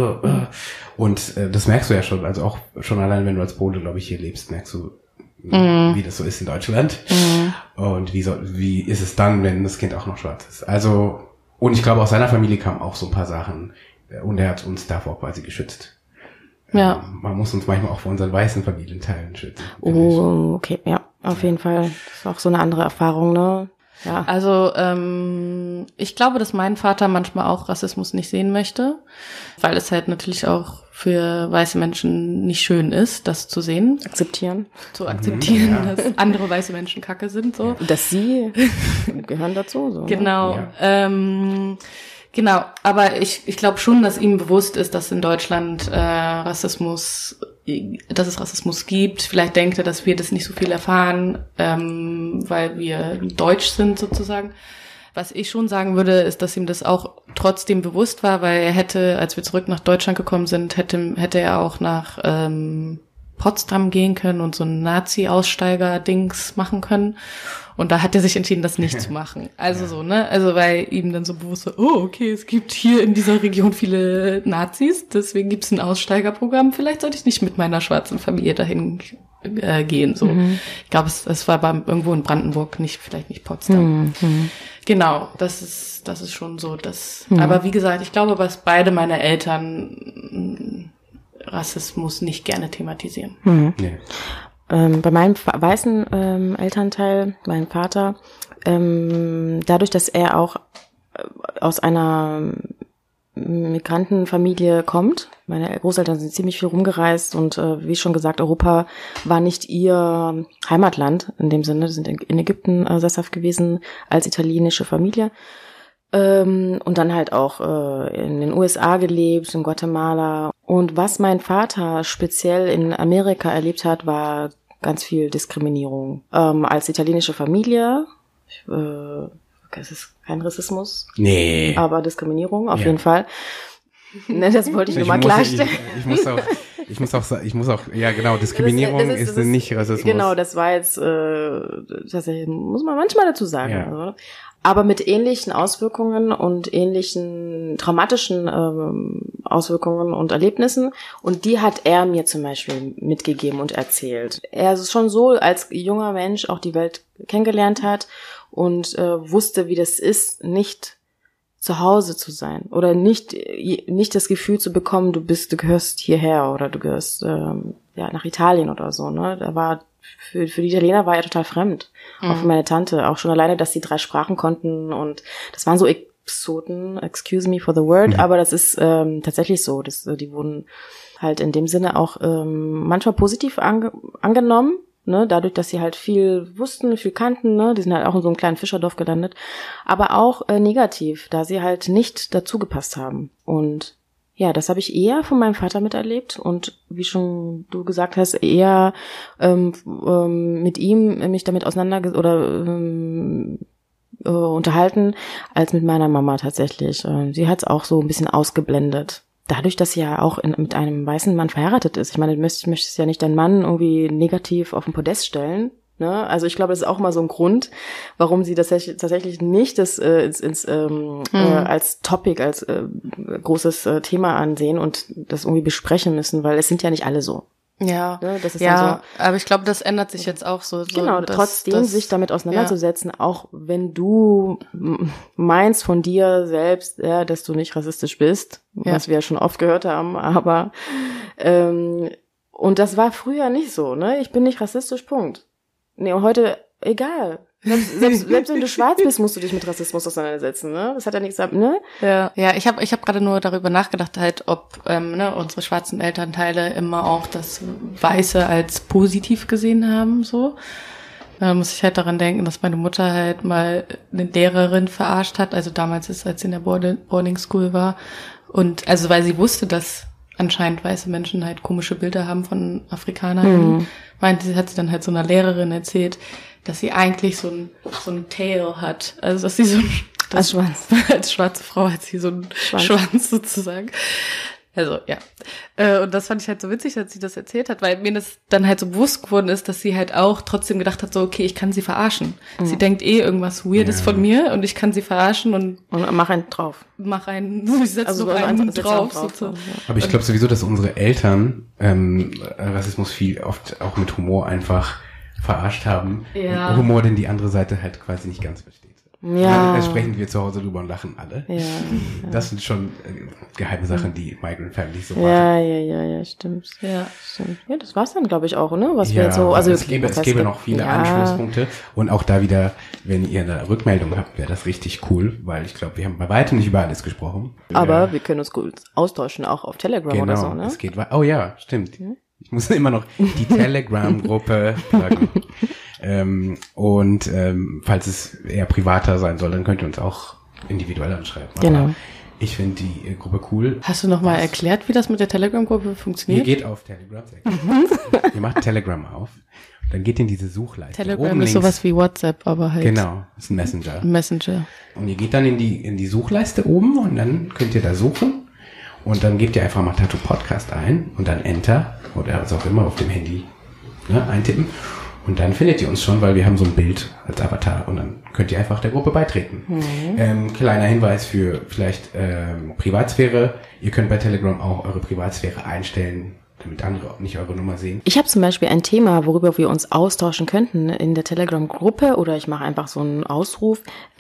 Und das merkst du ja schon, also auch schon allein, wenn du als Pole, glaube ich, hier lebst, merkst du, wie das so ist in Deutschland. Und wie ist es dann, wenn das Kind auch noch schwarz ist. Also, und ich glaube, aus seiner Familie kamen auch so ein paar Sachen. Und er hat uns davor quasi geschützt. Ja. Man muss uns manchmal auch vor unseren weißen Familienteilen schützen. Oh, okay, ja, auf jeden Fall. Das ist auch so eine andere Erfahrung, ne? Ja. Also ich glaube, dass mein Vater manchmal auch Rassismus nicht sehen möchte, weil es halt natürlich auch für weiße Menschen nicht schön ist, das zu sehen. Zu akzeptieren, dass andere weiße Menschen Kacke sind. So. Dass sie gehören dazu. So, genau. Ja. Genau, aber ich glaube schon, dass ihm bewusst ist, dass in Deutschland dass es Rassismus gibt. Vielleicht denkt er, dass wir das nicht so viel erfahren, weil wir deutsch sind sozusagen. Was ich schon sagen würde, ist, dass ihm das auch trotzdem bewusst war, weil er hätte, als wir zurück nach Deutschland gekommen sind, hätte er auch nach Potsdam gehen können und so ein Nazi-Aussteiger-Dings machen können. Und da hat er sich entschieden, das nicht zu machen. Also so, ne? Also weil ihm dann so bewusst war, oh, okay, es gibt hier in dieser Region viele Nazis, deswegen gibt es ein Aussteigerprogramm. Vielleicht sollte ich nicht mit meiner schwarzen Familie dahin gehen. So, ich glaube, es war irgendwo in Brandenburg, vielleicht nicht Potsdam. Genau, das ist schon so. Aber wie gesagt, ich glaube, dass beide meine Eltern Rassismus nicht gerne thematisieren. Nee. Bei meinem weißen Elternteil, meinem Vater, dadurch, dass er auch aus einer Migrantenfamilie kommt, meine Großeltern sind ziemlich viel rumgereist und wie schon gesagt, Europa war nicht ihr Heimatland in dem Sinne, sind in Ägypten sesshaft gewesen als italienische Familie. Und dann halt auch in den USA gelebt, in Guatemala. Und was mein Vater speziell in Amerika erlebt hat, war ganz viel Diskriminierung. Als italienische Familie, es ist kein Rassismus, aber Diskriminierung auf jeden Fall. Ne, das wollte ich nur mal klarstellen. Ich muss auch, ja genau, Diskriminierung das ist nicht Rassismus. Genau, das war jetzt, tatsächlich, muss man manchmal dazu sagen. Ja. Also. Aber mit ähnlichen Auswirkungen und ähnlichen traumatischen Auswirkungen und Erlebnissen. Und die hat er mir zum Beispiel mitgegeben und erzählt. Er ist schon so als junger Mensch auch die Welt kennengelernt hat und wusste, wie das ist, nicht zu Hause zu sein oder nicht das Gefühl zu bekommen, du gehörst hierher oder du gehörst nach Italien oder so. Ne, da war für die Italiener war er total fremd. Auch für meine Tante. Auch schon alleine, dass sie 3 Sprachen konnten und das waren so Exoten, excuse me for the word, aber das ist tatsächlich so. Die wurden halt in dem Sinne auch manchmal positiv angenommen, ne, dadurch, dass sie halt viel wussten, viel kannten, ne, die sind halt auch in so einem kleinen Fischerdorf gelandet, aber auch negativ, da sie halt nicht dazugepasst haben. Und ja, das habe ich eher von meinem Vater miterlebt und wie schon du gesagt hast, eher mit ihm mich damit unterhalten, als mit meiner Mama tatsächlich. Sie hat es auch so ein bisschen ausgeblendet. Dadurch, dass sie ja auch mit einem weißen Mann verheiratet ist. Ich meine, du möchtest ja nicht deinen Mann irgendwie negativ auf den Podest stellen. Ne? Also ich glaube, das ist auch mal so ein Grund, warum sie das tatsächlich nicht das als Topic, als großes Thema ansehen und das irgendwie besprechen müssen, weil es sind ja nicht alle so. Ja, ne? Das ist ja, dann so, aber ich glaube, das ändert sich jetzt auch so. Genau, trotzdem sich damit auseinanderzusetzen, auch wenn du meinst von dir selbst, ja, dass du nicht rassistisch bist, was wir ja schon oft gehört haben, aber und das war früher nicht so, ne? Ich bin nicht rassistisch, Punkt. Nee, und heute, egal. Selbst wenn du schwarz bist, musst du dich mit Rassismus auseinandersetzen, ne? Das hat ja nichts ab, ne? Ja, ich hab gerade nur darüber nachgedacht, halt, ob unsere schwarzen Elternteile immer auch das Weiße als positiv gesehen haben, so. Da muss ich halt daran denken, dass meine Mutter halt mal eine Lehrerin verarscht hat, also damals als sie in der Boarding School war. Und also weil sie wusste, dass anscheinend weiße Menschen halt komische Bilder haben von Afrikanern, hat sie dann halt so einer Lehrerin erzählt, dass sie eigentlich so ein Tail hat. Also dass sie als Schwanz. Als schwarze Frau hat sie so einen Schwanz sozusagen. Also, ja. Und das fand ich halt so witzig, als sie das erzählt hat, weil mir das dann halt so bewusst geworden ist, dass sie halt auch trotzdem gedacht hat, so, okay, ich kann sie verarschen. Mhm. Sie denkt irgendwas Weirdes von mir und ich kann sie verarschen und mach einen drauf. Ich setze noch einen drauf. So. Aber ich glaube sowieso, dass unsere Eltern Rassismus viel oft auch mit Humor einfach verarscht haben. Ja. Humor, den die andere Seite halt quasi nicht ganz versteht. Ja. Da sprechen wir zu Hause drüber und lachen alle. Ja. Das sind schon geheime Sachen, die Migrant Families so machen. Ja, stimmt. Ja, das war's dann, glaube ich, auch, ne? Was wir jetzt so, also es gäbe noch viele Anschlusspunkte. Und auch da wieder, wenn ihr eine Rückmeldung habt, wäre das richtig cool, weil ich glaube, wir haben bei weitem nicht über alles gesprochen. Aber wir können uns gut austauschen, auch auf Telegram oder so, ne? Es geht oh ja, stimmt. Ich muss immer noch die Telegram-Gruppe pluggen. Falls es eher privater sein soll, dann könnt ihr uns auch individuell anschreiben. Genau. Aber ich finde die Gruppe cool. Hast du noch mal erklärt, wie das mit der Telegram-Gruppe funktioniert? Ihr geht auf Telegram. Ihr macht Telegram auf. Dann geht in diese Suchleiste. Telegram oben ist links, sowas wie WhatsApp, aber halt. Genau, ist ein Messenger. Messenger. Und ihr geht dann in die Suchleiste oben und dann könnt ihr da suchen. Und dann gebt ihr einfach mal Tattoo Podcast ein und dann Enter oder was auch immer auf dem Handy eintippen. Und dann findet ihr uns schon, weil wir haben so ein Bild als Avatar und dann könnt ihr einfach der Gruppe beitreten. Kleiner Hinweis für vielleicht Privatsphäre. Ihr könnt bei Telegram auch eure Privatsphäre einstellen, damit andere nicht eure Nummer sehen. Ich habe zum Beispiel ein Thema, worüber wir uns austauschen könnten in der Telegram-Gruppe oder ich mache einfach so einen Ausruf.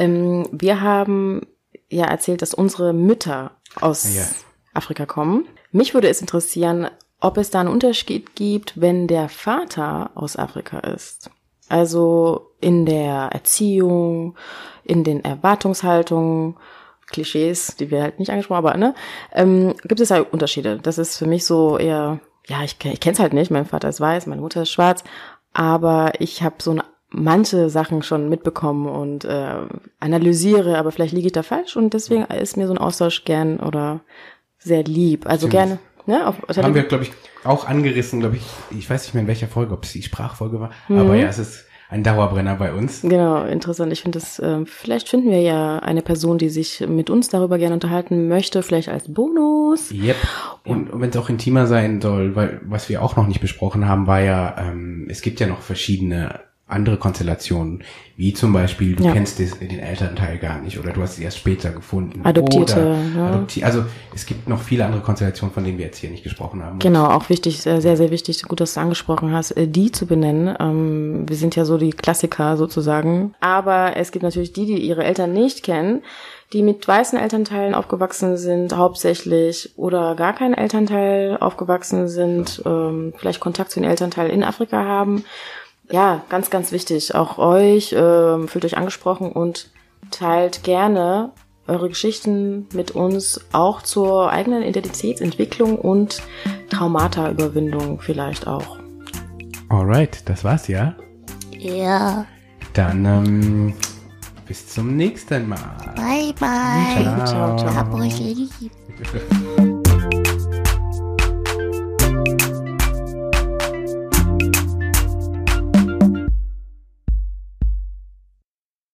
Wir haben ja erzählt, dass unsere Mütter aus Afrika kommen. Mich würde es interessieren, ob es da einen Unterschied gibt, wenn der Vater aus Afrika ist. Also in der Erziehung, in den Erwartungshaltungen, Klischees, die wir halt nicht angesprochen haben, aber gibt es halt Unterschiede. Das ist für mich so eher, ich kenne es halt nicht, mein Vater ist weiß, meine Mutter ist schwarz, aber ich habe so manche Sachen schon mitbekommen und analysiere, aber vielleicht liege ich da falsch und deswegen ist mir so ein Austausch gern oder sehr lieb. Also gerne. Ne, haben wir, glaube ich, auch angerissen, glaube ich weiß nicht mehr in welcher Folge, ob es die Sprachfolge war, aber ja, es ist ein Dauerbrenner bei uns. Genau, interessant. Ich finde das, vielleicht finden wir ja eine Person, die sich mit uns darüber gerne unterhalten möchte, vielleicht als Bonus. Yep. Und wenn es auch intimer sein soll, weil was wir auch noch nicht besprochen haben, war ja, es gibt ja noch verschiedene andere Konstellationen, wie zum Beispiel, du kennst den Elternteil gar nicht oder du hast sie erst später gefunden. Adoptierte. Also es gibt noch viele andere Konstellationen, von denen wir jetzt hier nicht gesprochen haben. Genau, auch wichtig, sehr, sehr wichtig, gut, dass du angesprochen hast, die zu benennen. Wir sind ja so die Klassiker sozusagen. Aber es gibt natürlich die ihre Eltern nicht kennen, die mit weißen Elternteilen aufgewachsen sind, hauptsächlich, oder gar kein Elternteil aufgewachsen sind, vielleicht Kontakt zu den Elternteilen in Afrika haben. Ja, ganz, ganz wichtig. Auch euch, fühlt euch angesprochen und teilt gerne eure Geschichten mit uns, auch zur eigenen Identitätsentwicklung und Traumata-Überwindung vielleicht auch. Alright, das war's, ja? Ja. Dann bis zum nächsten Mal. Bye, bye. Ciao. Hab euch lieb.